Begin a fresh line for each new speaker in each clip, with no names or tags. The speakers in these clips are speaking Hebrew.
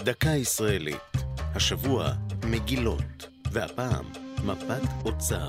דקה ישראלית. השבוע מגילות, והפעם מפת אוצר.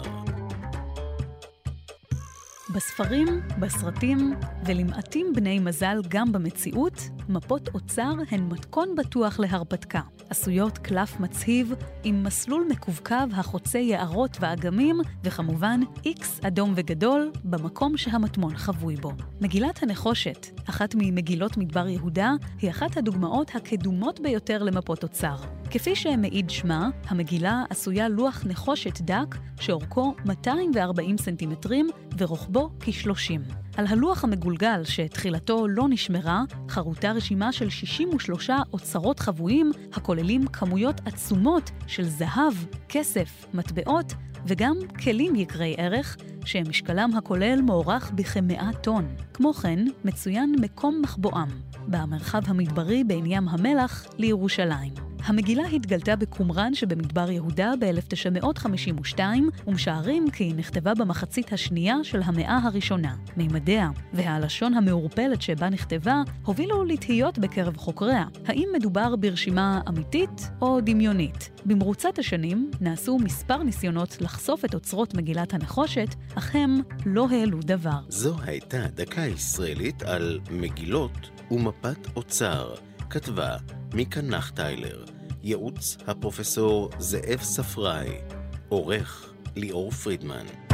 בספרים, בסרטים ולמעטים בני מזל גם במציאות, מפות אוצר הן מתכון בטוח להרפתקה. עשויות קלף מצהיב עם מסלול מקווקו החוצה יערות ואגמים, וכמובן איקס אדום וגדול במקום שהמטמון חבוי בו. מגילת הנחושת, אחת ממגילות מדבר יהודה, היא אחת הדוגמאות הקדומות ביותר למפות אוצר. כפי שמעיד שמה, המגילה עשויה לוח נחושת דק שאורכו 240 סנטימטרים ורוחבו כ-30. על הלוח המגולגל שתחילתו לא נשמרה, חרוטה רשימה של 63 אוצרות חבויים הכוללים כמויות עצומות של זהב, כסף, מטבעות וגם כלים יקרי ערך שמשקלם הכולל מוערך בכ100 טון. כמו כן, מצוין מקום מחבואם במרחב המדברי בין ים המלח לירושלים. המגילה התגלתה בקומראן שבמדבר יהודה ב-1952, ומשערים כי נכתבה במחצית השנייה של המאה הראשונה. מימדיה והלשון המעורפלת שבה נכתבה הובילו לתהיות בקרב חוקריה. האם מדובר ברשימה אמיתית או דמיונית? במרוצת השנים נעשו מספר ניסיונות לחשוף את אוצרות מגילת הנחושת, אך הם לא העלו דבר.
זו הייתה דקה ישראלית על מגילות ומפת אוצר. כתבה מיקה נחטיילר, ייעוץ הפרופסור זאב ספראי, עורך ליאור פרידמן.